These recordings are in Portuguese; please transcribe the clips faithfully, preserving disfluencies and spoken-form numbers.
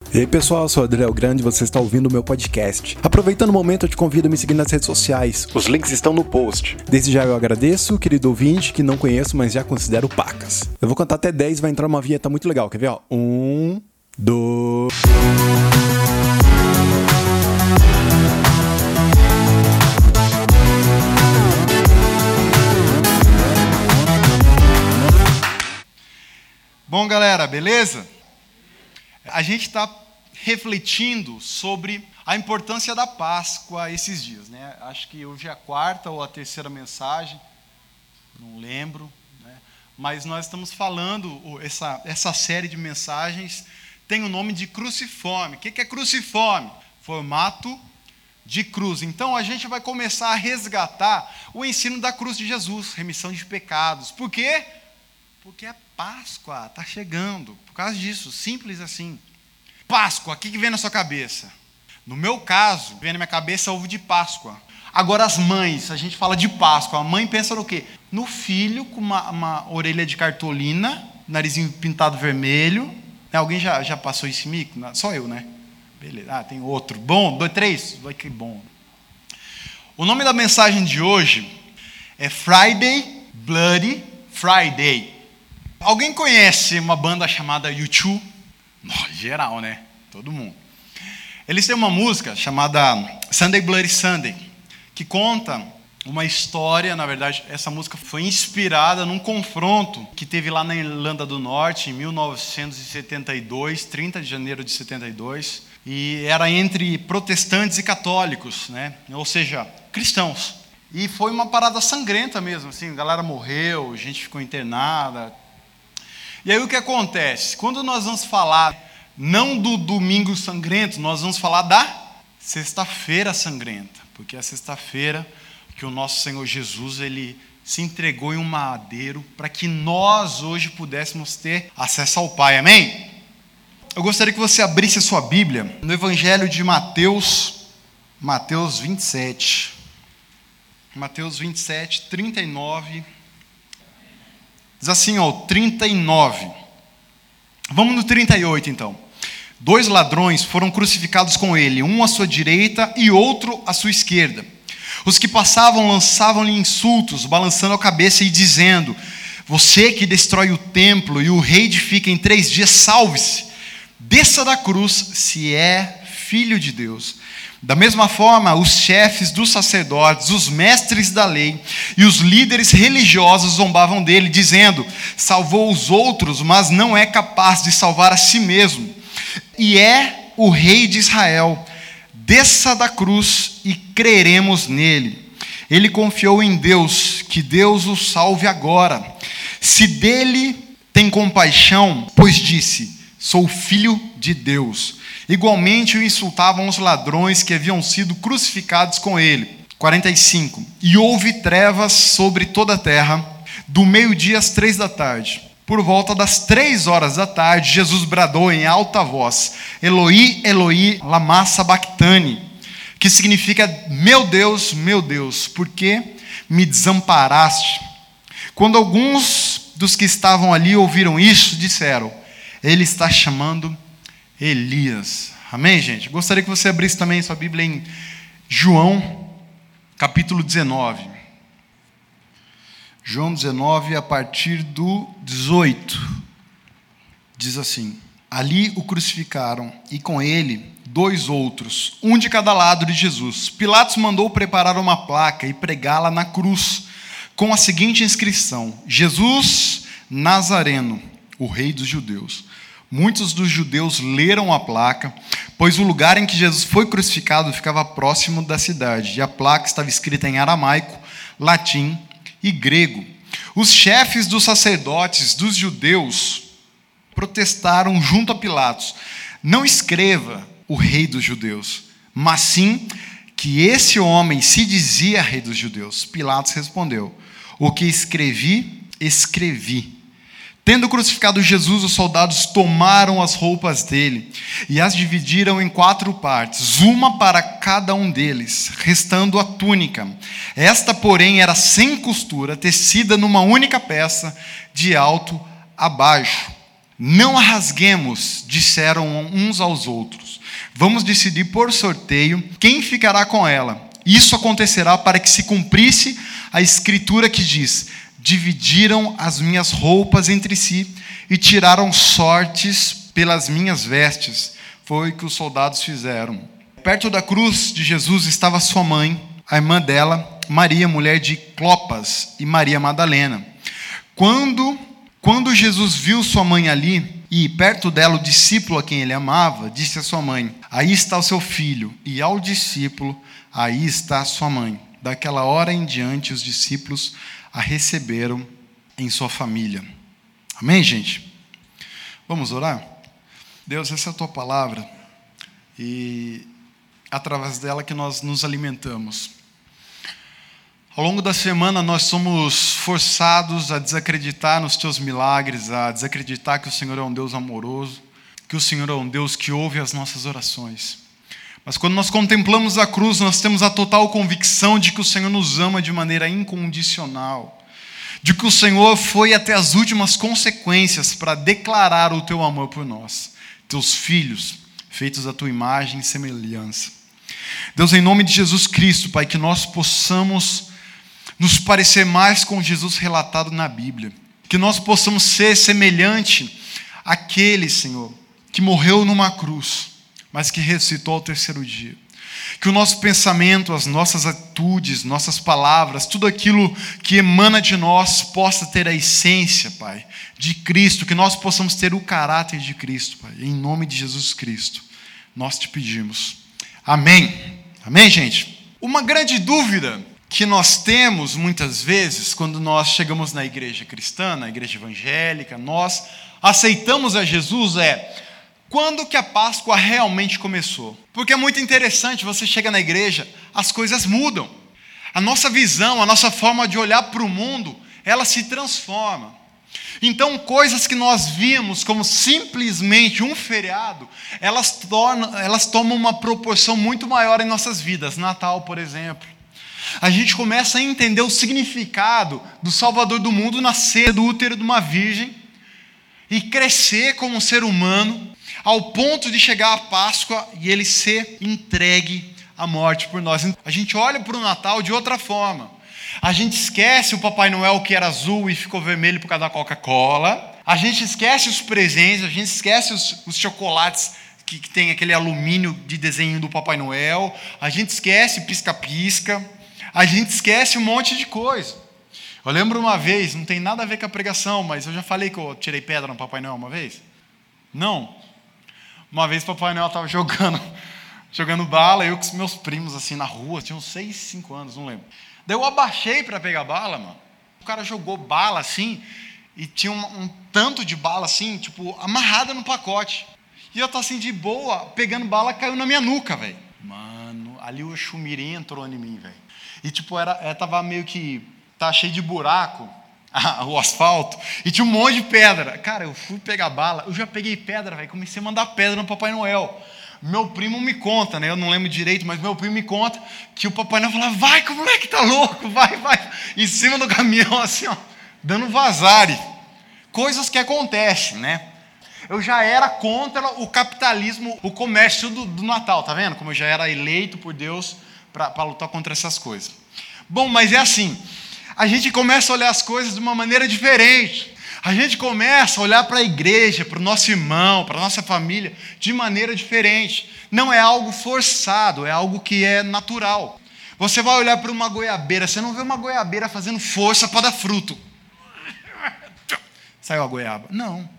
E aí pessoal, eu sou o Adriel Grande e você está ouvindo o meu podcast. Aproveitando o momento, eu te convido a me seguir nas redes sociais. Os links estão no post. Desde já eu agradeço, querido ouvinte, que não conheço, mas já considero pacas. Eu vou contar até dez e vai entrar uma vinheta muito legal, quer ver? Ó? Um, dois... Bom, galera, beleza? A gente está refletindo sobre a importância da Páscoa esses dias, né? Acho que hoje é a quarta ou a terceira mensagem, não lembro, né? Mas nós estamos falando, essa, essa série de mensagens tem o nome de cruciforme. O que é cruciforme? Formato de cruz. Então a gente vai começar a resgatar o ensino da cruz de Jesus, remissão de pecados. Por quê? Porque a Páscoa está chegando, por causa disso, simples assim. Páscoa, o que vem na sua cabeça? No meu caso, vem na minha cabeça ovo de Páscoa. Agora as mães, a gente fala de Páscoa, a mãe pensa no quê? No filho com uma, uma orelha de cartolina, narizinho pintado vermelho. Alguém já, já passou esse mico? Só eu, né? Beleza, ah, tem outro. Bom, dois, três? Vai que bom. O nome da mensagem de hoje é Friday, Bloody Friday. Alguém conhece uma banda chamada U dois? Oh, geral, né? Todo mundo. Eles têm uma música chamada Sunday Bloody Sunday, que conta uma história. Na verdade, essa música foi inspirada num confronto que teve lá na Irlanda do Norte, em mil novecentos e setenta e dois, trinta de janeiro de setenta e dois, e era entre protestantes e católicos, né? Ou seja, cristãos. E foi uma parada sangrenta mesmo, assim, a galera morreu, gente ficou internada. E aí o que acontece? Quando nós vamos falar, não do domingo sangrento, nós vamos falar da sexta-feira sangrenta. Porque é a sexta-feira que o nosso Senhor Jesus, ele se entregou em um madeiro para que nós hoje pudéssemos ter acesso ao Pai. Amém? Eu gostaria que você abrisse a sua Bíblia no Evangelho de Mateus, Mateus vinte e sete. Mateus vinte e sete, trinta e nove... Diz assim, ó, trinta e nove. Vamos no trinta e oito, então. Dois ladrões foram crucificados com ele, um à sua direita e outro à sua esquerda. Os que passavam lançavam-lhe insultos, balançando a cabeça e dizendo: você que destrói o templo e o reedifica em três dias, salve-se. Desça da cruz, se é filho de Deus. Da mesma forma, os chefes dos sacerdotes, os mestres da lei e os líderes religiosos zombavam dele, dizendo: salvou os outros, mas não é capaz de salvar a si mesmo. E é o rei de Israel. Desça da cruz e creremos nele. Ele confiou em Deus, que Deus o salve agora. Se dele tem compaixão, pois disse: sou filho de Deus. Igualmente o insultavam os ladrões que haviam sido crucificados com ele. quarenta e cinco. E houve trevas sobre toda a terra, do meio-dia às três da tarde. Por volta das três horas da tarde, Jesus bradou em alta voz: Eloi, Eloi, lama sabachthani, que significa: meu Deus, meu Deus, por que me desamparaste? Quando alguns dos que estavam ali ouviram isso, disseram: ele está chamando Elias. Amém, gente? Gostaria que você abrisse também sua Bíblia em João, capítulo dezenove. João dezenove, a partir do dezoito. Diz assim: ali o crucificaram, e com ele dois outros, um de cada lado de Jesus. Pilatos mandou preparar uma placa e pregá-la na cruz, com a seguinte inscrição: Jesus Nazareno, o rei dos judeus. Muitos dos judeus leram a placa, pois o lugar em que Jesus foi crucificado ficava próximo da cidade, e a placa estava escrita em aramaico, latim e grego. Os chefes dos sacerdotes dos judeus protestaram junto a Pilatos: não escreva o rei dos judeus, mas sim que esse homem se dizia rei dos judeus. Pilatos respondeu: o que escrevi, escrevi. Tendo crucificado Jesus, os soldados tomaram as roupas dele e as dividiram em quatro partes, uma para cada um deles, restando a túnica. Esta, porém, era sem costura, tecida numa única peça, de alto a baixo. Não a rasguemos, disseram uns aos outros. Vamos decidir por sorteio quem ficará com ela. Isso acontecerá para que se cumprisse a escritura que diz: dividiram as minhas roupas entre si e tiraram sortes pelas minhas vestes. Foi o que os soldados fizeram. Perto da cruz de Jesus estava sua mãe, a irmã dela, Maria, mulher de Clopas, e Maria Madalena. Quando, quando Jesus viu sua mãe ali, e perto dela o discípulo a quem ele amava, disse à sua mãe: aí está o seu filho. E ao discípulo: aí está a sua mãe. Daquela hora em diante, os discípulos a receberam em sua família. Amém, gente? Vamos orar? Deus, essa é a tua palavra, e através dela que nós nos alimentamos. Ao longo da semana nós somos forçados a desacreditar nos teus milagres, a desacreditar que o Senhor é um Deus amoroso, que o Senhor é um Deus que ouve as nossas orações. Mas quando nós contemplamos a cruz, nós temos a total convicção de que o Senhor nos ama de maneira incondicional, de que o Senhor foi até as últimas consequências para declarar o teu amor por nós, teus filhos, feitos à tua imagem e semelhança. Deus, em nome de Jesus Cristo, Pai, que nós possamos nos parecer mais com Jesus relatado na Bíblia, que nós possamos ser semelhante àquele, Senhor, que morreu numa cruz, mas que ressuscitou ao terceiro dia. Que o nosso pensamento, as nossas atitudes, nossas palavras, tudo aquilo que emana de nós possa ter a essência, Pai, de Cristo, que nós possamos ter o caráter de Cristo, Pai, em nome de Jesus Cristo, nós te pedimos. Amém. Amém, gente? Uma grande dúvida que nós temos muitas vezes quando nós chegamos na igreja cristã, na igreja evangélica, nós aceitamos a Jesus é: quando que a Páscoa realmente começou? Porque é muito interessante, você chega na igreja, as coisas mudam. A nossa visão, a nossa forma de olhar para o mundo, ela se transforma. Então, coisas que nós vimos como simplesmente um feriado, elas, tornam, elas tomam uma proporção muito maior em nossas vidas. Natal, por exemplo. A gente começa a entender o significado do Salvador do mundo nascer do útero de uma virgem e crescer como um ser humano, ao ponto de chegar à Páscoa e ele ser entregue à morte por nós. A gente olha para o Natal de outra forma. A gente esquece o Papai Noel que era azul e ficou vermelho por causa da Coca-Cola. A gente esquece os presentes, a gente esquece os, os chocolates que, que tem aquele alumínio de desenho do Papai Noel. A gente esquece pisca-pisca. A gente esquece um monte de coisa. Eu lembro uma vez, não tem nada a ver com a pregação, mas eu já falei que eu tirei pedra no Papai Noel uma vez? Não. Uma vez o Papai Noel estava jogando, jogando bala, eu com os meus primos assim na rua, tinha uns seis, cinco anos, não lembro. Daí eu abaixei para pegar bala, mano. O cara jogou bala assim, e tinha um, um tanto de bala assim, tipo, amarrada no pacote. E eu tô assim de boa, pegando bala, caiu na minha nuca, velho. Mano, ali o chumirim entrou em mim, velho. E tipo, era, era, tava meio que, tá cheio de buraco, o asfalto, e tinha um monte de pedra. Cara, eu fui pegar bala, eu já peguei pedra, velho, comecei a mandar pedra no Papai Noel. Meu primo me conta, né, eu não lembro direito, mas meu primo me conta que o Papai Noel falava: vai, como é que tá louco, vai, vai, em cima do caminhão, assim, ó, dando vazare. Coisas que acontecem, né? Eu já era contra o capitalismo, o comércio do, do Natal, tá vendo? Como eu já era eleito por Deus para lutar contra essas coisas. Bom, mas é assim, a gente começa a olhar as coisas de uma maneira diferente. A gente começa a olhar para a igreja, para o nosso irmão, para a nossa família, de maneira diferente. Não é algo forçado, é algo que é natural. Você vai olhar para uma goiabeira, você não vê uma goiabeira fazendo força para dar fruto. Saiu a goiaba. Não.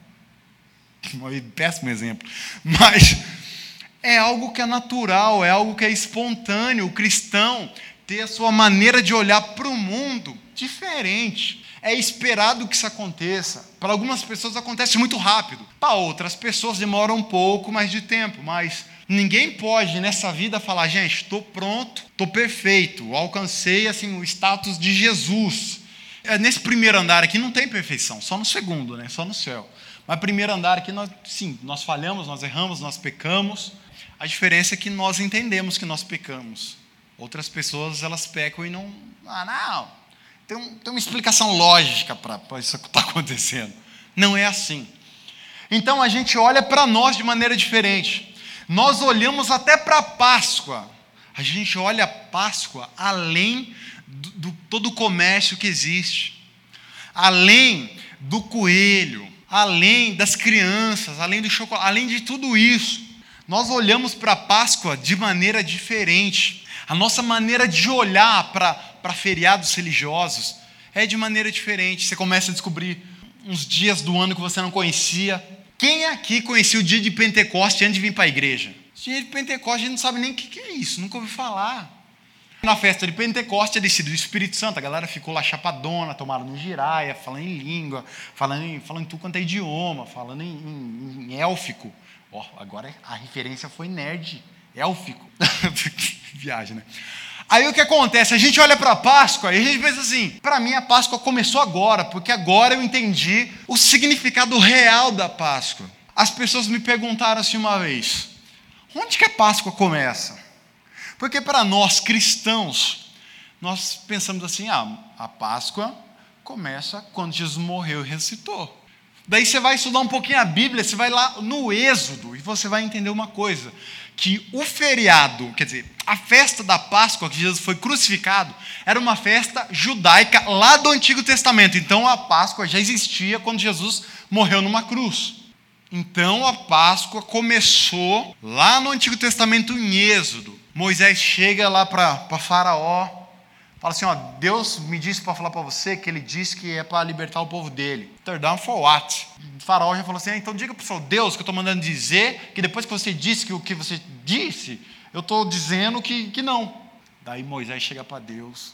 Péssimo exemplo. Mas é algo que é natural, é algo que é espontâneo. O cristão ter a sua maneira de olhar para o mundo diferente. É esperado que isso aconteça. Para algumas pessoas acontece muito rápido. Para outras pessoas demora um pouco mais de tempo. Mas ninguém pode nessa vida falar: gente, estou pronto, estou perfeito, alcancei assim, o status de Jesus. Nesse primeiro andar aqui não tem perfeição, só no segundo, né? Só no céu. Mas primeiro andar aqui, nós, sim, nós falhamos, nós erramos, nós pecamos. A diferença é que nós entendemos que nós pecamos. Outras pessoas, elas pecam e não... Ah, não, tem, um, tem uma explicação lógica para isso que está acontecendo. Não é assim. Então a gente olha para nós de maneira diferente. Nós olhamos até para a Páscoa. A gente olha a Páscoa além do, do todo o comércio que existe, além do coelho, além das crianças, além do chocolate, além de tudo isso. Nós olhamos para a Páscoa de maneira diferente. A nossa maneira de olhar para, para feriados religiosos é de maneira diferente. Você começa a descobrir uns dias do ano que você não conhecia. Quem aqui conhecia o dia de Pentecostes antes de vir para a igreja? O dia de Pentecostes a gente não sabe nem o que é isso, nunca ouviu falar. Na festa de Pentecostes é descido o Espírito Santo, a galera ficou lá chapadona, tomaram no giraia, falando em língua, falando em, falando em tudo quanto é idioma, falando em, em, em élfico. Oh, agora a referência foi nerd, élfico. Viagem, né? Aí o que acontece? A gente olha para a Páscoa e a gente pensa assim, para mim a Páscoa começou agora, porque agora eu entendi o significado real da Páscoa. As pessoas me perguntaram assim uma vez, onde que a Páscoa começa? Porque para nós cristãos, nós pensamos assim, ah, a Páscoa começa quando Jesus morreu e ressuscitou. Daí você vai estudar um pouquinho a Bíblia, você vai lá no Êxodo e você vai entender uma coisa, que o feriado, quer dizer, a festa da Páscoa, que Jesus foi crucificado, era uma festa judaica lá do Antigo Testamento. Então a Páscoa já existia quando Jesus morreu numa cruz. Então a Páscoa começou lá no Antigo Testamento em Êxodo. Moisés chega lá para Faraó, fala assim, ó, Deus me disse para falar para você que ele disse que é para libertar o povo dele. Turn down for what? O Faraó já falou assim, ah, então diga para o seu Deus que eu estou mandando dizer, que depois que você disse que o que você disse, eu estou dizendo que, que não. Daí Moisés chega para Deus,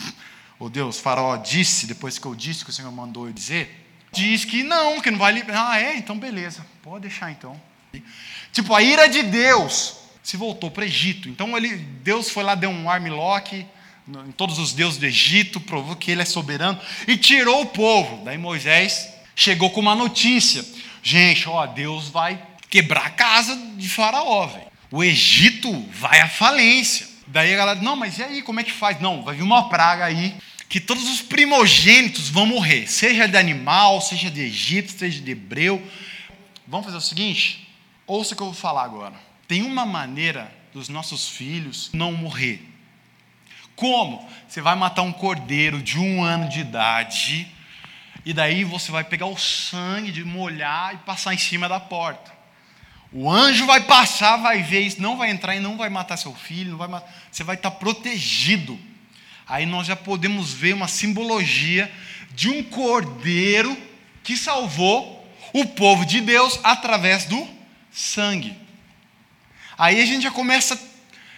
ô Deus, Faraó disse, depois que eu disse que o Senhor mandou eu dizer, diz que não, que não vai libertar. Ah, é? Então beleza, pode deixar então. Tipo, a ira de Deus se voltou para o Egito. Então ele, Deus foi lá, deu um armlock em todos os deuses do Egito, provou que ele é soberano e tirou o povo. Daí Moisés chegou com uma notícia. Gente, ó, Deus vai quebrar a casa de Faraó, velho. O Egito vai à falência. Daí a galera, não, mas e aí, como é que faz? Não, vai vir uma praga aí, que todos os primogênitos vão morrer, seja de animal, seja de Egito, seja de hebreu. Vamos fazer o seguinte, ouça o que eu vou falar agora. Tem uma maneira dos nossos filhos não morrer. Como? Você vai matar um cordeiro de um ano de idade, e daí você vai pegar o sangue, de molhar e passar em cima da porta. O anjo vai passar, vai ver isso, não vai entrar e não vai matar seu filho, não vai matar, você vai estar protegido. Aí nós já podemos ver uma simbologia de um cordeiro que salvou o povo de Deus através do sangue. Aí a gente já começa a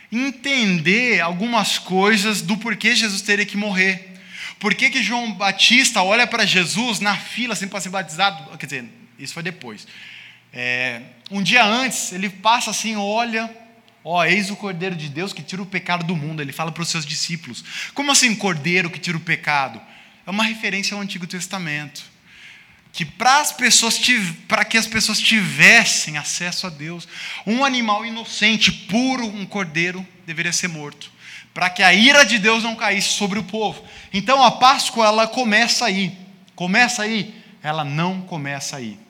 entender algumas coisas do porquê Jesus teria que morrer. Por que que João Batista olha para Jesus na fila assim, para ser batizado? Quer dizer, isso foi depois. É, um dia antes, ele passa assim, olha, ó, eis o Cordeiro de Deus que tira o pecado do mundo. Ele fala para os seus discípulos. Como assim cordeiro que tira o pecado? É uma referência ao Antigo Testamento. Que para as pessoas, para que as pessoas tivessem acesso a Deus, um animal inocente, puro, um cordeiro, deveria ser morto, para que a ira de Deus não caísse sobre o povo. Então a Páscoa, ela começa aí. Começa aí? Ela não começa aí.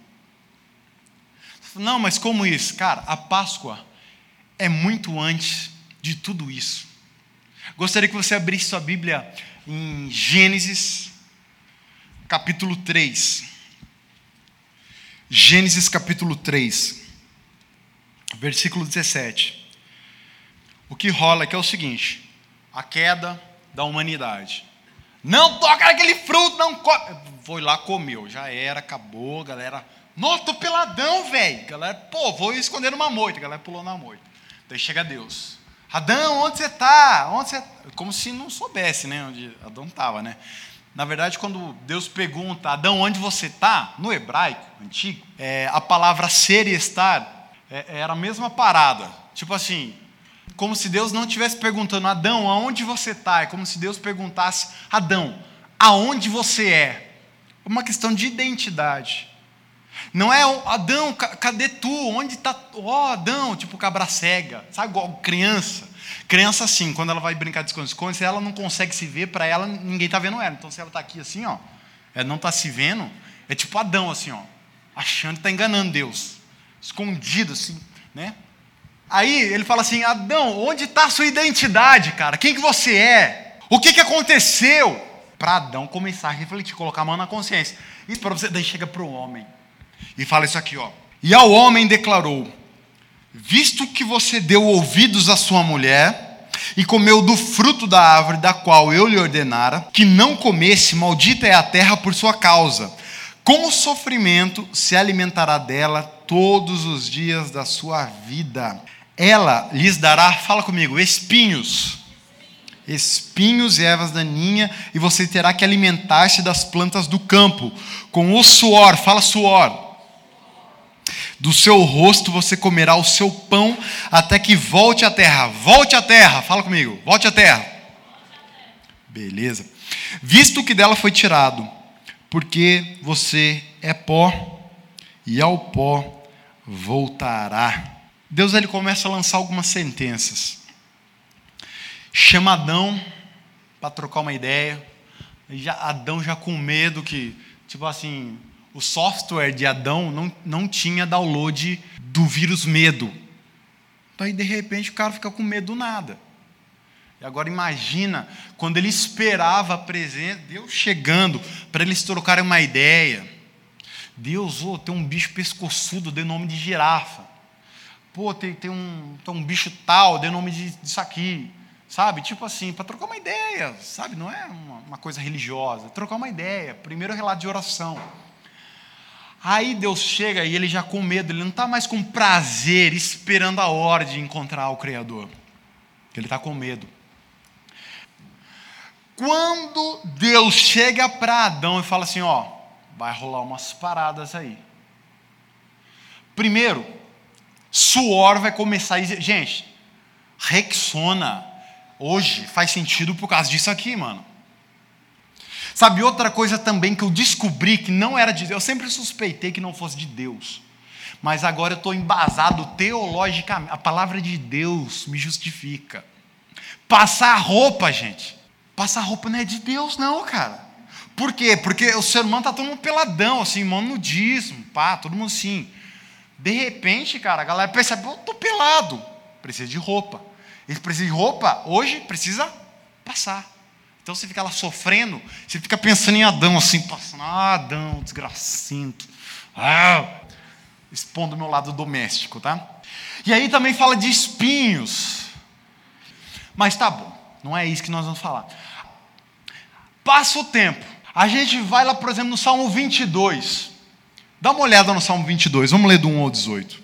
Não, mas como isso? Cara, a Páscoa é muito antes de tudo isso. Gostaria que você abrisse sua Bíblia em Gênesis, capítulo três. Gênesis capítulo três, versículo dezessete. O que rola aqui é o seguinte, a queda da humanidade. Não toca naquele fruto, não come. Foi lá, comeu, já era, acabou, galera. Nossa, tô peladão, velho. Galera, pô, vou esconder numa moita. A galera pulou na moita. Daí chega Deus. Adão, onde você está? Onde você... Como se não soubesse, né, onde Adão estava, né? Na verdade, quando Deus pergunta, Adão, onde você está? No hebraico antigo, é, a palavra ser e estar é, era a mesma parada. Tipo assim, como se Deus não estivesse perguntando, Adão, aonde você está? É como se Deus perguntasse, Adão, aonde você é? É uma questão de identidade. Não é, Adão, cadê tu? Onde está? Ó, oh, Adão, tipo cabra cega, sabe, igual criança. Criança assim, quando ela vai brincar de esconde-esconde, se ela não consegue se ver, para ela, ninguém está vendo ela. Então, se ela está aqui assim, ó, ela não está se vendo, é tipo Adão assim, ó. achando que está enganando Deus, escondido assim, né? Aí ele fala assim: Adão, onde está a sua identidade, cara? Quem que você é? O que que aconteceu? Para Adão começar a refletir, colocar a mão na consciência. E para você, daí chega para o homem e fala isso aqui, ó. E ao homem declarou: visto que você deu ouvidos à sua mulher e comeu do fruto da árvore da qual eu lhe ordenara que não comesse, maldita é a terra por sua causa. Com o sofrimento se alimentará dela todos os dias da sua vida. Ela lhes dará, fala comigo, espinhos. Espinhos e ervas daninhas, e você terá que alimentar-se das plantas do campo. Com o suor, fala suor. Do seu rosto você comerá o seu pão, até que volte à terra. Volte à terra, fala comigo, volte à terra. Beleza. Visto que dela foi tirado, porque você é pó, e ao pó voltará. Deus ele começa a lançar algumas sentenças. Chama Adão para trocar uma ideia. Já, Adão já com medo que, tipo assim, o software de Adão não, não tinha download do vírus medo. Daí, de repente, o cara fica com medo do nada. E agora imagina, quando ele esperava a presença, Deus chegando para eles trocarem uma ideia. Deus, oh, tem um bicho pescoçudo, de nome de girafa. Pô, tem, tem, um, tem um bicho tal, de nome de, disso aqui. Sabe, tipo assim, para trocar uma ideia, sabe, não é uma, uma coisa religiosa, trocar uma ideia, primeiro relato de oração. Aí Deus chega e ele já com medo, ele não está mais com prazer, esperando a hora de encontrar o Criador, ele está com medo. Quando Deus chega para Adão e fala assim, ó, vai rolar umas paradas aí. Primeiro, suor vai começar a... Gente, Rexona hoje faz sentido por causa disso aqui, mano. Sabe, outra coisa também que eu descobri que não era de Deus, eu sempre suspeitei que não fosse de Deus, mas agora eu estou embasado teologicamente, a palavra de Deus me justifica. Passar roupa, gente, passar roupa não é de Deus não, cara. Por quê? Porque o ser humano está todo mundo peladão, assim, mano, nudismo, pá, todo mundo assim. De repente, cara, a galera percebe, eu estou pelado, precisa de roupa. Ele precisa de roupa, hoje precisa passar. Então você fica lá sofrendo, você fica pensando em Adão assim, passando, ah, Adão, desgracento, ah, expondo o meu lado doméstico, tá? E aí também fala de espinhos. Mas tá bom, não é isso que nós vamos falar. Passa o tempo, a gente vai lá, por exemplo, no Salmo vinte e dois. Dá uma olhada no Salmo vinte e dois, vamos ler do um ao dezoito.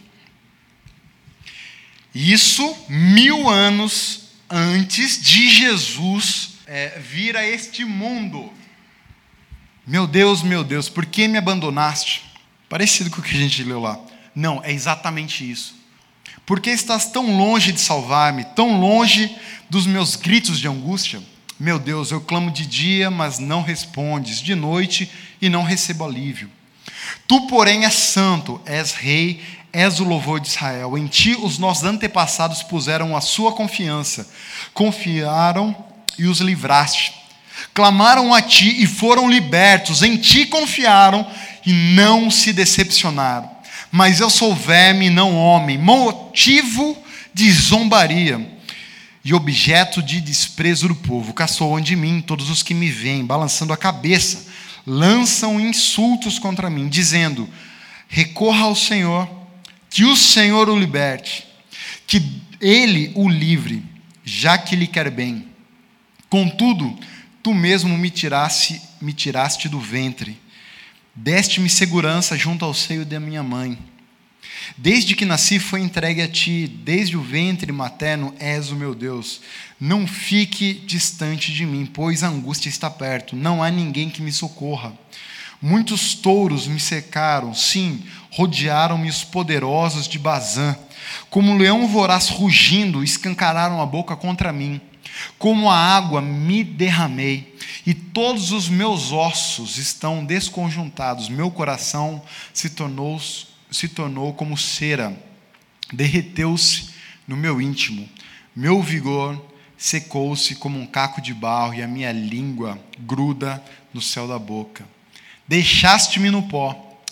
Isso mil anos antes de Jesus é, vir a este mundo. Meu Deus, meu Deus, por que me abandonaste? Parecido com o que a gente leu lá. Não, é exatamente isso. Por que estás tão longe de salvar-me, tão longe dos meus gritos de angústia? Meu Deus, eu clamo de dia, mas não respondes, de noite e não recebo alívio. Tu, porém, és santo, és rei, és o louvor de Israel. Em ti os nossos antepassados puseram a sua confiança, confiaram e os livraste. Clamaram a ti e foram libertos, em ti confiaram e não se decepcionaram. Mas eu sou verme e não homem, motivo de zombaria e objeto de desprezo do povo. Caçoam de mim todos os que me veem, balançando a cabeça, lançam insultos contra mim, dizendo: recorra ao Senhor, que o Senhor o liberte, que ele o livre, já que lhe quer bem. Contudo, tu mesmo me tiraste, me tiraste do ventre, deste-me segurança junto ao seio da minha mãe. Desde que nasci foi entregue a ti, desde o ventre materno és o meu Deus. Não fique distante de mim, pois a angústia está perto, não há ninguém que me socorra. Muitos touros me cercaram, sim, rodearam-me os poderosos de Bazã. Como um leão voraz rugindo, escancararam a boca contra mim. Como a água me derramei, e todos os meus ossos estão desconjuntados. Meu coração se tornou, se tornou como cera, derreteu-se no meu íntimo. Meu vigor secou-se como um caco de barro, e a minha língua gruda no céu da boca. Deixaste-me no pó,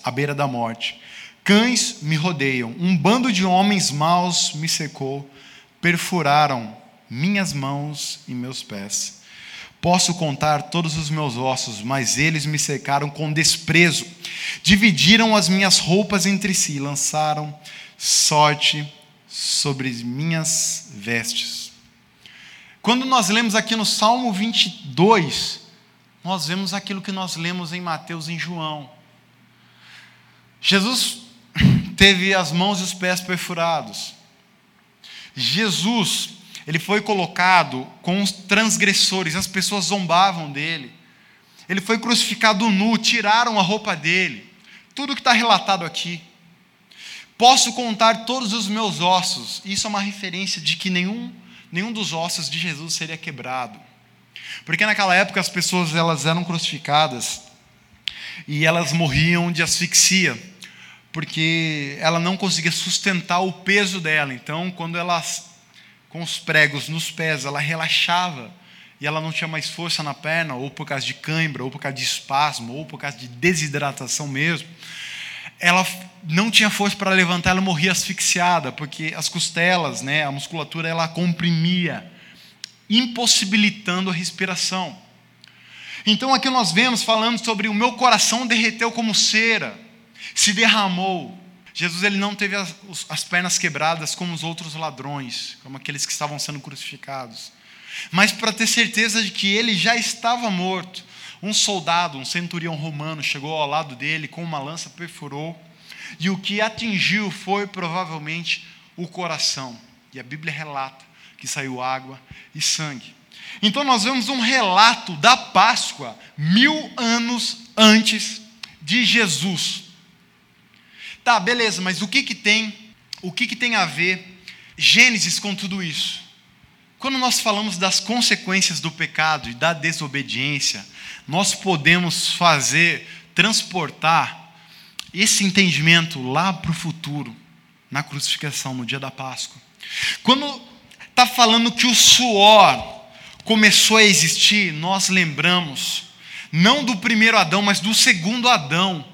à beira da morte. Cães me rodeiam, um bando de homens maus me cercou, perfuraram minhas mãos e meus pés. Posso contar todos os meus ossos, mas eles me cercaram com desprezo. Dividiram as minhas roupas entre si, lançaram sorte sobre minhas vestes. Quando nós lemos aqui no Salmo vinte e dois, nós vemos aquilo que nós lemos em Mateus e em João. Jesus teve as mãos e os pés perfurados. Jesus, ele foi colocado com os transgressores, as pessoas zombavam dele. Ele foi crucificado nu, tiraram a roupa dele. Tudo que está relatado aqui. Posso contar todos os meus ossos. Isso é uma referência de que nenhum, nenhum dos ossos de Jesus seria quebrado. Porque naquela época as pessoas elas eram crucificadas e elas morriam de asfixia, porque ela não conseguia sustentar o peso dela. Então, quando ela, com os pregos nos pés, ela relaxava e ela não tinha mais força na perna, ou por causa de cãibra, ou por causa de espasmo, ou por causa de desidratação mesmo, ela não tinha força para levantar, ela morria asfixiada, porque as costelas, né, a musculatura, ela comprimia, impossibilitando a respiração. Então aqui nós vemos falando sobre o meu coração derreteu como cera, se derramou. Jesus ele não teve as, as pernas quebradas como os outros ladrões, como aqueles que estavam sendo crucificados, mas para ter certeza de que ele já estava morto. Um soldado, um centurião romano, chegou ao lado dele com uma lança, perfurou, e o que atingiu foi provavelmente o coração. E a Bíblia relata que saiu água e sangue. Então nós vemos um relato da Páscoa mil anos antes de Jesus. Tá, beleza, mas o que que tem, o que que tem a ver Gênesis com tudo isso? Quando nós falamos das consequências do pecado e da desobediência, nós podemos fazer, transportar esse entendimento lá para o futuro, na crucificação, no dia da Páscoa. Quando está falando que o suor começou a existir, nós lembramos, não do primeiro Adão, mas do segundo Adão.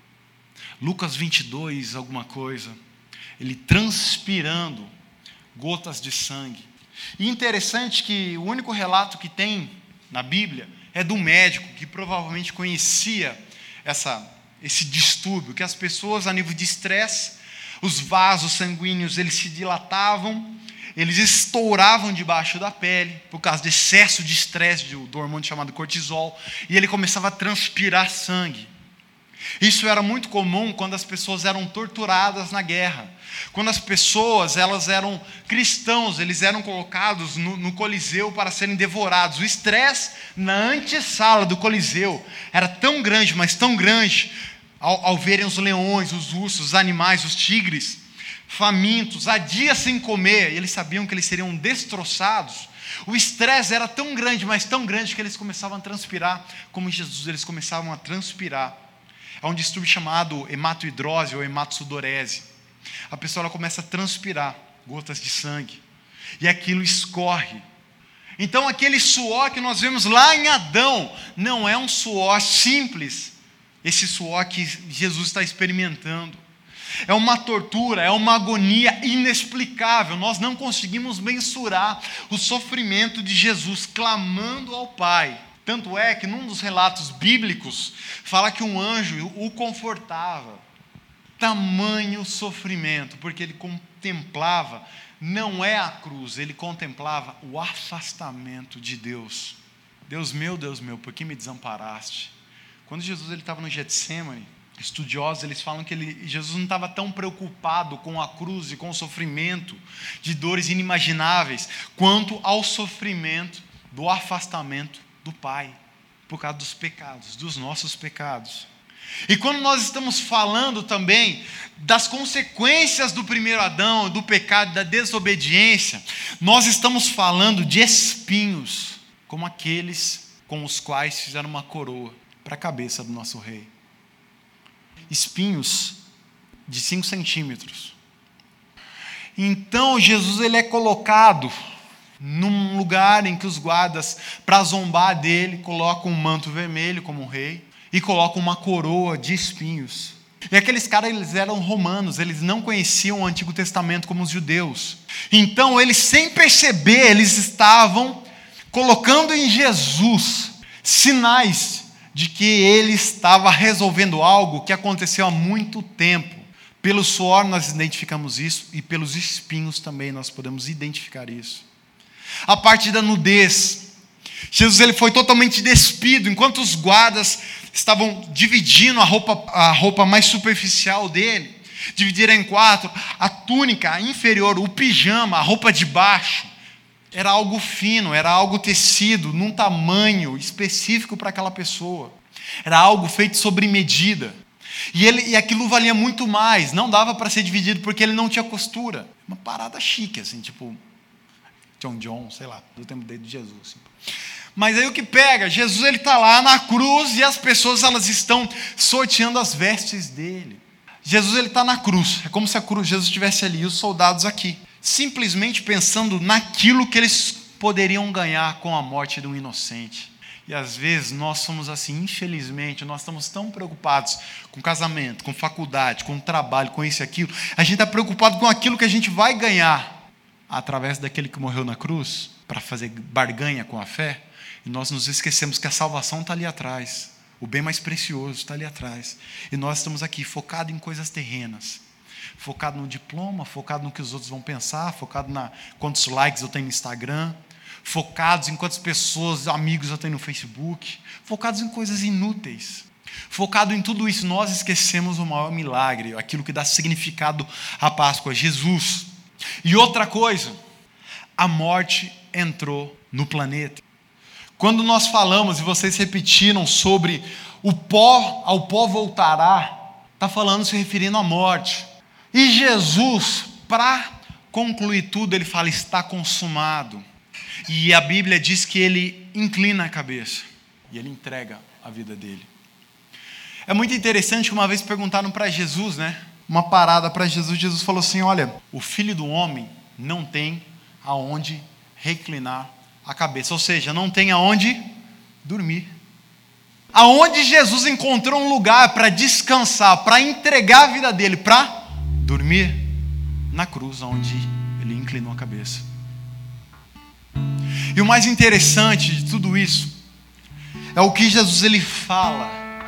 Lucas vinte e dois, alguma coisa, ele transpirando gotas de sangue. E interessante que o único relato que tem na Bíblia é do médico, que provavelmente conhecia essa, esse distúrbio, que as pessoas, a nível de estresse, os vasos sanguíneos eles se dilatavam, eles estouravam debaixo da pele, por causa do excesso de estresse do, do hormônio chamado cortisol, e ele começava a transpirar sangue. Isso era muito comum quando as pessoas eram torturadas na guerra. Quando as pessoas elas eram cristãos, eles eram colocados no, no Coliseu para serem devorados. O estresse na antessala do Coliseu era tão grande, mas tão grande, ao, ao verem os leões, os ursos, os animais, os tigres, famintos, há dias sem comer, e eles sabiam que eles seriam destroçados. O estresse era tão grande, mas tão grande, que eles começavam a transpirar, como Jesus, eles começavam a transpirar. É um distúrbio chamado hematoidrose ou hematosudorese. A pessoa ela começa a transpirar gotas de sangue, e aquilo escorre. Então aquele suor que nós vemos lá em Adão, não é um suor simples, esse suor que Jesus está experimentando. É uma tortura, é uma agonia inexplicável. Nós não conseguimos mensurar o sofrimento de Jesus clamando ao Pai. Tanto é que num dos relatos bíblicos fala que um anjo o confortava. Tamanho sofrimento, porque ele contemplava, não é a cruz, ele contemplava o afastamento de Deus. Deus meu, Deus meu, por que me desamparaste? Quando Jesus ele estava no Getsemane, estudiosos eles falam que ele, Jesus não estava tão preocupado com a cruz e com o sofrimento de dores inimagináveis, quanto ao sofrimento do afastamento do Pai, por causa dos pecados, dos nossos pecados. E quando nós estamos falando também das consequências do primeiro Adão, do pecado, da desobediência, nós estamos falando de espinhos, como aqueles com os quais fizeram uma coroa para a cabeça do nosso rei. Espinhos de cinco centímetros. Então Jesus ele é colocado num lugar em que os guardas, para zombar dele, colocam um manto vermelho como um rei e colocam uma coroa de espinhos. E aqueles caras, eles eram romanos, eles não conheciam o Antigo Testamento como os judeus. Então, eles, sem perceber, eles estavam colocando em Jesus sinais de que ele estava resolvendo algo que aconteceu há muito tempo. Pelo suor nós identificamos isso, e pelos espinhos também nós podemos identificar isso. A parte da nudez, Jesus ele foi totalmente despido, enquanto os guardas estavam dividindo a roupa, a roupa mais superficial dele, dividiram em quatro, a túnica inferior, o pijama, a roupa de baixo, era algo fino, era algo tecido, num tamanho específico para aquela pessoa, era algo feito sobre medida, e, ele, e aquilo valia muito mais, não dava para ser dividido porque ele não tinha costura, uma parada chique, assim, tipo John John, sei lá, do tempo de Jesus, assim. Mas aí o que pega, Jesus ele está lá na cruz e as pessoas elas estão sorteando as vestes dele. Jesus ele está na cruz, é como se a cruz, Jesus estivesse ali e os soldados aqui, simplesmente pensando naquilo que eles poderiam ganhar com a morte de um inocente. E às vezes nós somos assim, infelizmente, nós estamos tão preocupados com casamento, com faculdade, com trabalho, com isso e aquilo, a gente está preocupado com aquilo que a gente vai ganhar através daquele que morreu na cruz, para fazer barganha com a fé. E nós nos esquecemos que a salvação está ali atrás. O bem mais precioso está ali atrás. E nós estamos aqui focados em coisas terrenas. Focado no diploma, focado no que os outros vão pensar, focado na quantos likes eu tenho no Instagram, focados em quantas pessoas, amigos eu tenho no Facebook, focados em coisas inúteis. Focado em tudo isso, nós esquecemos o maior milagre, aquilo que dá significado à Páscoa, Jesus. E outra coisa, a morte entrou no planeta. Quando nós falamos, e vocês repetiram sobre o pó, ao pó voltará, está falando, se referindo à morte. E Jesus, para concluir tudo, ele fala, está consumado. E a Bíblia diz que ele inclina a cabeça, e ele entrega a vida dele. É muito interessante que uma vez perguntaram para Jesus, né? Uma parada para Jesus, Jesus falou assim, olha, o Filho do Homem não tem aonde reclinar a cabeça, ou seja, não tem aonde dormir. Aonde Jesus encontrou um lugar para descansar, para entregar a vida dele, para dormir? Na cruz, onde ele inclinou a cabeça. E o mais interessante de tudo isso é o que Jesus ele fala.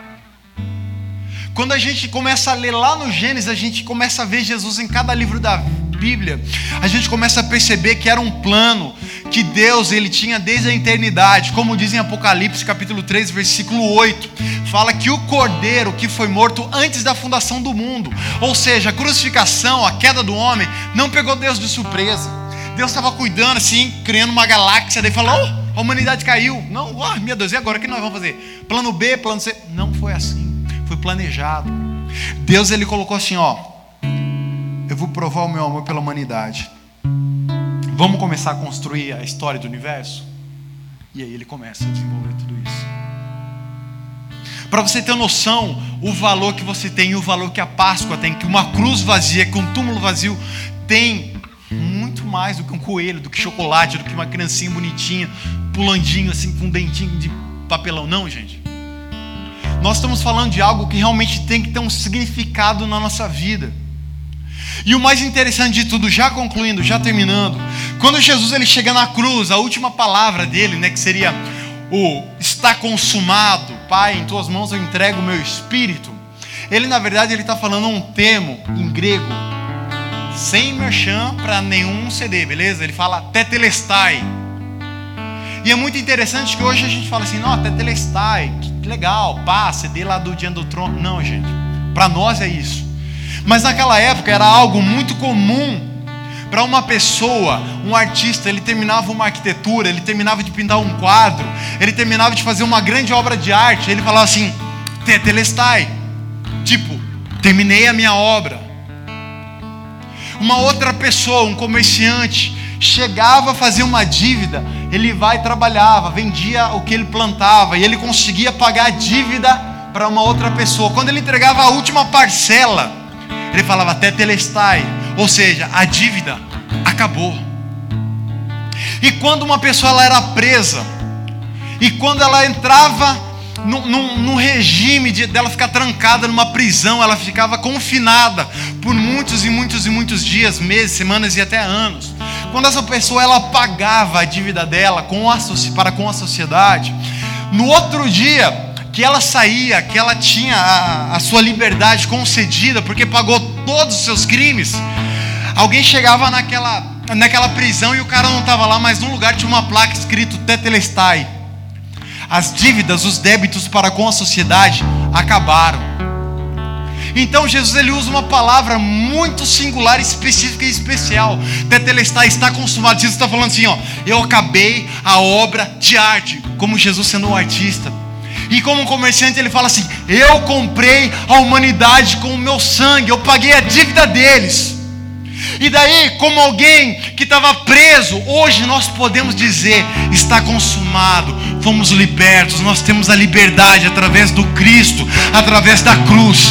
Quando a gente começa a ler lá no Gênesis, a gente começa a ver Jesus em cada livro da Bíblia, a gente começa a perceber que era um plano que Deus ele tinha desde a eternidade, como diz em Apocalipse capítulo três, versículo oito, fala que o Cordeiro que foi morto antes da fundação do mundo, ou seja, a crucificação, a queda do homem, não pegou Deus de surpresa. Deus estava cuidando assim, criando uma galáxia, daí falou, oh, a humanidade caiu, não, oh, meu Deus, e agora o que nós vamos fazer? Plano B, plano C, não foi assim, foi planejado. Deus ele colocou assim, ó, eu vou provar o meu amor pela humanidade. Vamos começar a construir a história do universo? E aí ele começa a desenvolver tudo isso. Para você ter noção, o valor que você tem e o valor que a Páscoa tem, que uma cruz vazia, que um túmulo vazio tem muito mais do que um coelho, do que chocolate, do que uma criancinha bonitinha, pulandinho assim com um dentinho de papelão. Não, gente. Nós estamos falando de algo que realmente tem que ter um significado na nossa vida. E o mais interessante de tudo, já concluindo, já terminando, quando Jesus ele chega na cruz, a última palavra dele, né, que seria o está consumado, Pai, em tuas mãos eu entrego o meu espírito, ele na verdade ele está falando um termo em grego, sem merchan para nenhum C D, beleza? Ele fala tetelestai. E é muito interessante que hoje a gente fala assim, não, tetelestai, que legal, pá, C D lá do Diante do Trono. Não, gente, para nós é isso. Mas naquela época era algo muito comum para uma pessoa, um artista, ele terminava uma arquitetura, ele terminava de pintar um quadro, ele terminava de fazer uma grande obra de arte, ele falava assim, tetelestai, tipo, terminei a minha obra. Uma outra pessoa, um comerciante, chegava a fazer uma dívida, ele vai e trabalhava, vendia o que ele plantava, e ele conseguia pagar a dívida para uma outra pessoa. Quando ele entregava a última parcela, ele falava tetelestai, ou seja, a dívida acabou. E quando uma pessoa ela era presa, e quando ela entrava no, no, no regime de, dela ficar trancada numa prisão. Ela ficava confinada por muitos e muitos e muitos dias, meses, semanas e até anos. Quando essa pessoa ela pagava a dívida dela com a, para com a sociedade, no outro dia que ela saía, que ela tinha a, a sua liberdade concedida, porque pagou todos os seus crimes, alguém chegava naquela, naquela prisão e o cara não estava lá, mas num lugar tinha uma placa escrito Tetelestai. As dívidas, os débitos para com a sociedade acabaram. Então Jesus ele usa uma palavra muito singular, específica e especial. Tetelestai, está consumado. Jesus está falando assim, ó, eu acabei a obra de arte, como Jesus sendo um artista. E como um comerciante ele fala assim, eu comprei a humanidade com o meu sangue, eu paguei a dívida deles. E daí, como alguém que estava preso, hoje nós podemos dizer, está consumado, fomos libertos, nós temos a liberdade através do Cristo, através da cruz.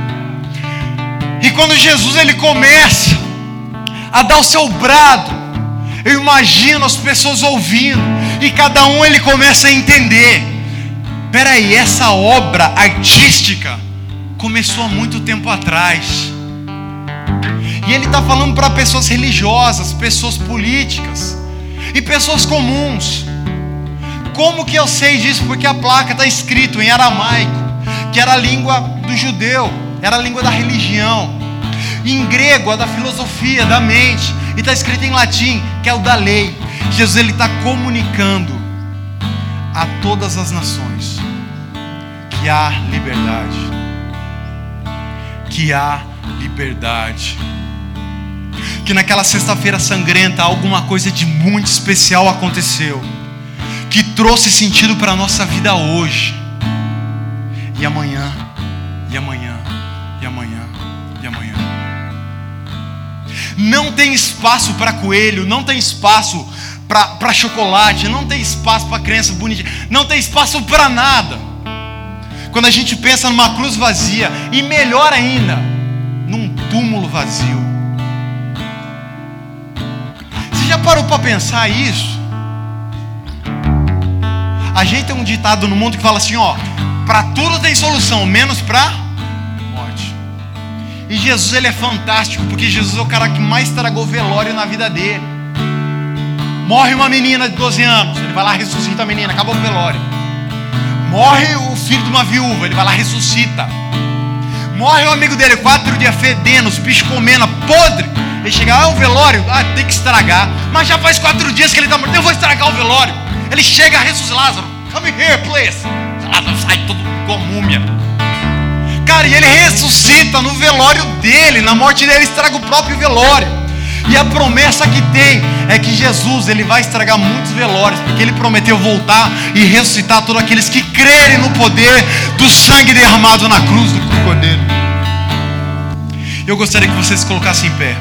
E quando Jesus ele começa a dar o seu brado, eu imagino as pessoas ouvindo, e cada um ele começa a entender, peraí, essa obra artística começou há muito tempo atrás. E ele está falando para pessoas religiosas, pessoas políticas e pessoas comuns. Como que eu sei disso? Porque a placa está escrito em aramaico, que era a língua do judeu, era a língua da religião. Em grego, a da filosofia, da mente. E está escrito em latim, que é o da lei. Jesus ele está comunicando a todas as nações que há liberdade, que há liberdade, que naquela sexta-feira sangrenta alguma coisa de muito especial aconteceu, que trouxe sentido para a nossa vida hoje, e amanhã, e amanhã, e amanhã, e amanhã. Não tem espaço para coelho, não tem espaço para chocolate, não tem espaço para criança bonita, não tem espaço para nada. Quando a gente pensa numa cruz vazia, e melhor ainda, num túmulo vazio. Você já parou para pensar isso? A gente tem um ditado no mundo que fala assim, ó, para tudo tem solução, menos para morte. E Jesus ele é fantástico, porque Jesus é o cara que mais estragou velório na vida dele. Morre uma menina de doze anos, ele vai lá, ressuscita a menina, acabou o velório. Morre o filho de uma viúva, ele vai lá, ressuscita. Morre um amigo dele, quatro dias fedendo, os bichos comendo, podre. Ele chega, ah, o velório, ah, tem que estragar. Mas já faz quatro dias que ele está morto, eu vou estragar o velório. Ele chega, ressuscita, Lázaro, come here, please. Lázaro sai todo com múmia. Cara, e ele ressuscita no velório dele, na morte dele, ele estraga o próprio velório. E a promessa que tem é que Jesus ele vai estragar muitos velórios, porque ele prometeu voltar e ressuscitar todos aqueles que crerem no poder do sangue derramado na cruz do Cordeiro. Eu gostaria que vocês se colocassem em pé.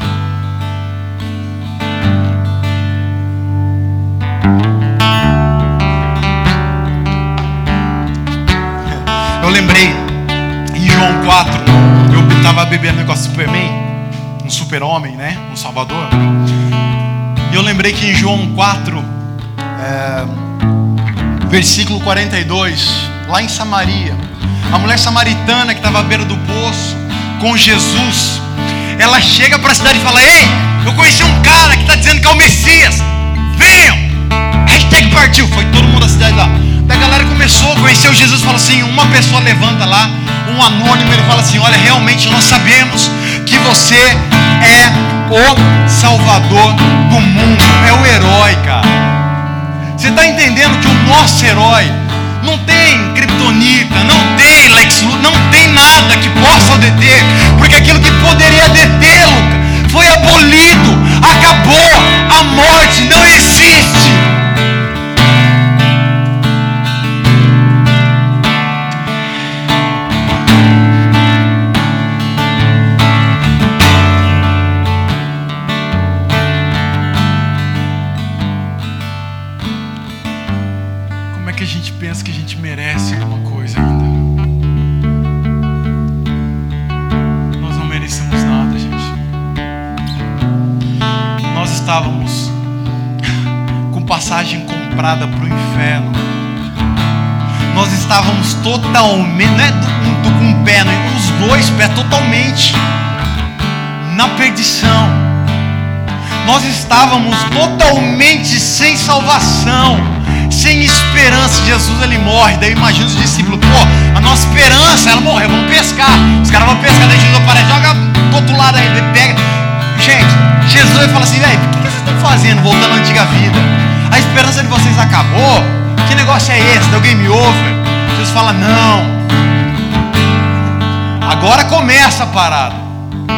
Eu lembrei em João quatro, eu estava bebendo um negócio de Superman, um super-homem, né? Um salvador. E eu lembrei que em João quatro, é, versículo quarenta e dois, lá em Samaria, a mulher samaritana que estava à beira do poço com Jesus, ela chega para a cidade e fala, ei, eu conheci um cara que está dizendo que é o Messias, venham! Hashtag partiu, foi todo mundo da cidade lá. Daí a galera começou a conhecer o Jesus, fala assim, uma pessoa levanta lá, um anônimo, ele fala assim, olha, realmente nós sabemos que você é o Salvador do mundo, é o herói, cara. Você está entendendo que o nosso herói não tem criptonita, não tem Lex Luthor, não tem nada que possa o deter, porque aquilo que poderia detê-lo foi abolido, acabou, a morte não existe. Que a gente pensa que a gente merece alguma coisa ainda. Nós não merecemos nada, gente. Nós estávamos com passagem comprada para o inferno. nós estávamos totalmente, não é do, do, com um pé, não, os dois pés totalmente na perdição. Nós estávamos totalmente sem salvação, sem esperança. Jesus, ele morre. Daí imagina os discípulos, pô, a nossa esperança, ela morreu, vamos pescar. Os caras vão pescar, daí Jesus aparece, joga do outro lado aí, pega. Gente, Jesus ele fala assim, velho, o que vocês estão fazendo voltando à antiga vida? A esperança de vocês acabou? Que negócio é esse? Deu game over? Jesus fala, não. Agora começa a parada.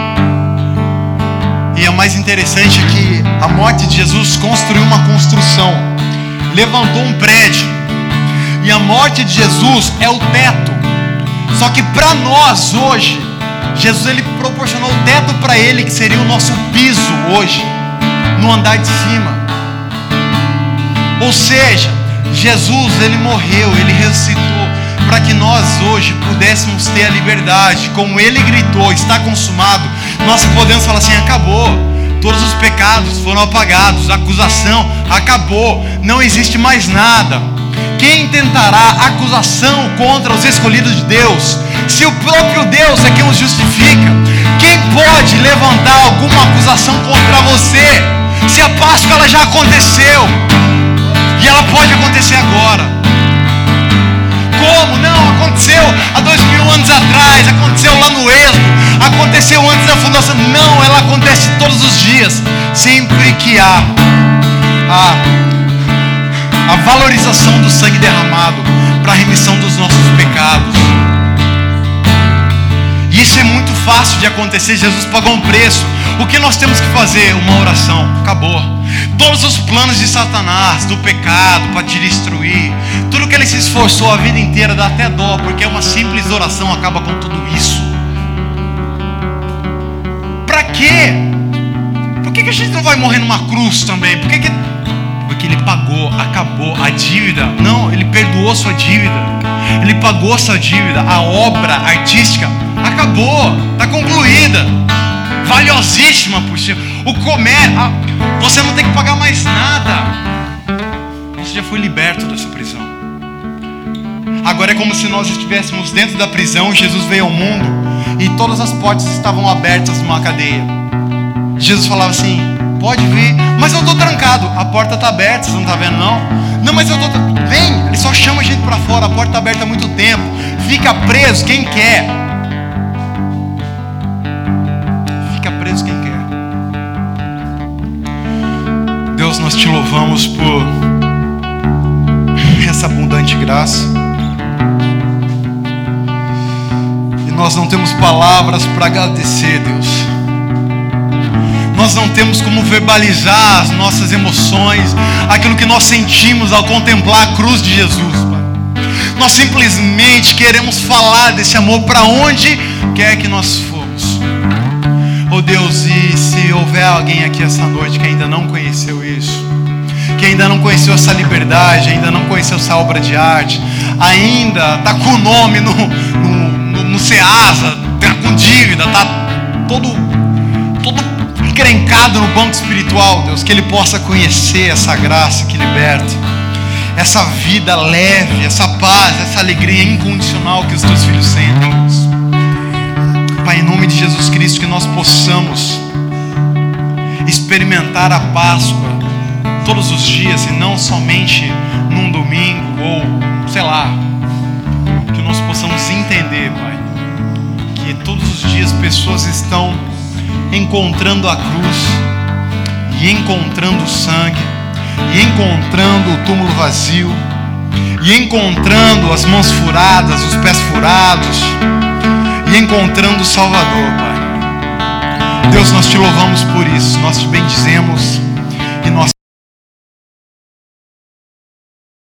E o mais interessante é que a morte de Jesus construiu uma construção, levantou um prédio. E a morte de Jesus é o teto. Só que para nós hoje, Jesus ele proporcionou o teto para ele, que seria o nosso piso hoje, no andar de cima. Ou seja, Jesus ele morreu, ele ressuscitou para que nós hoje pudéssemos ter a liberdade. Como ele gritou, está consumado, nós podemos falar assim, acabou. Todos os pecados foram apagados, a acusação acabou, não existe mais nada. Quem tentará acusação contra os escolhidos de Deus, se o próprio Deus é quem os justifica? Quem pode levantar alguma acusação contra você, se a Páscoa ela já aconteceu e ela pode acontecer agora? Como? Não, aconteceu há dois mil anos atrás, aconteceu lá no Êxodo, aconteceu antes da fundação. Não, ela acontece todos os dias, sempre que há a, a valorização do sangue derramado para a remissão dos nossos pecados. E isso é muito fácil de acontecer. Jesus pagou um preço. O que nós temos que fazer? Uma oração. Acabou. Todos os planos de Satanás, do pecado, para te destruir, tudo que ele se esforçou a vida inteira, dá até dó, porque uma simples oração acaba com tudo isso. Pra quê? Por que, que a gente não vai morrer numa cruz também? Por que que... Porque ele pagou, acabou a dívida. Não, ele perdoou sua dívida. Ele pagou sua dívida. A obra artística acabou, está concluída, valiosíssima por si. O comer, a... você não tem que pagar mais nada. Você já foi liberto dessa prisão. Agora é como se nós estivéssemos dentro da prisão. Jesus veio ao mundo e todas as portas estavam abertas numa cadeia. Jesus falava assim, pode vir, mas eu estou trancado. A porta está aberta, você não está vendo não? Não, mas eu estou, vem, ele só chama a gente para fora. A porta está aberta há muito tempo. Fica preso quem quer. Fica preso quem quer. Deus, nós te louvamos por essa abundante graça. E nós não temos palavras para agradecer, Deus. Nós não temos como verbalizar as nossas emoções, aquilo que nós sentimos ao contemplar a cruz de Jesus, Pai. Nós simplesmente queremos falar desse amor para onde quer que nós formos. Oh Deus, e se houver alguém aqui essa noite que ainda não conheceu isso, que ainda não conheceu essa liberdade, ainda não conheceu essa obra de arte, ainda está com o nome no, no, no, no Ceasa, está com dívida, está todo, todo encrencado no banco espiritual, Deus, que ele possa conhecer essa graça que liberta, essa vida leve, essa paz, essa alegria incondicional que os teus filhos sentem, Deus. Pai, em nome de Jesus Cristo, que nós possamos experimentar a Páscoa todos os dias e não somente num domingo ou, sei lá, que nós possamos entender, Pai, que todos os dias pessoas estão encontrando a cruz e encontrando o sangue e encontrando o túmulo vazio e encontrando as mãos furadas, os pés furados e encontrando o Salvador, Pai. Deus, nós te louvamos por isso, nós te bendizemos.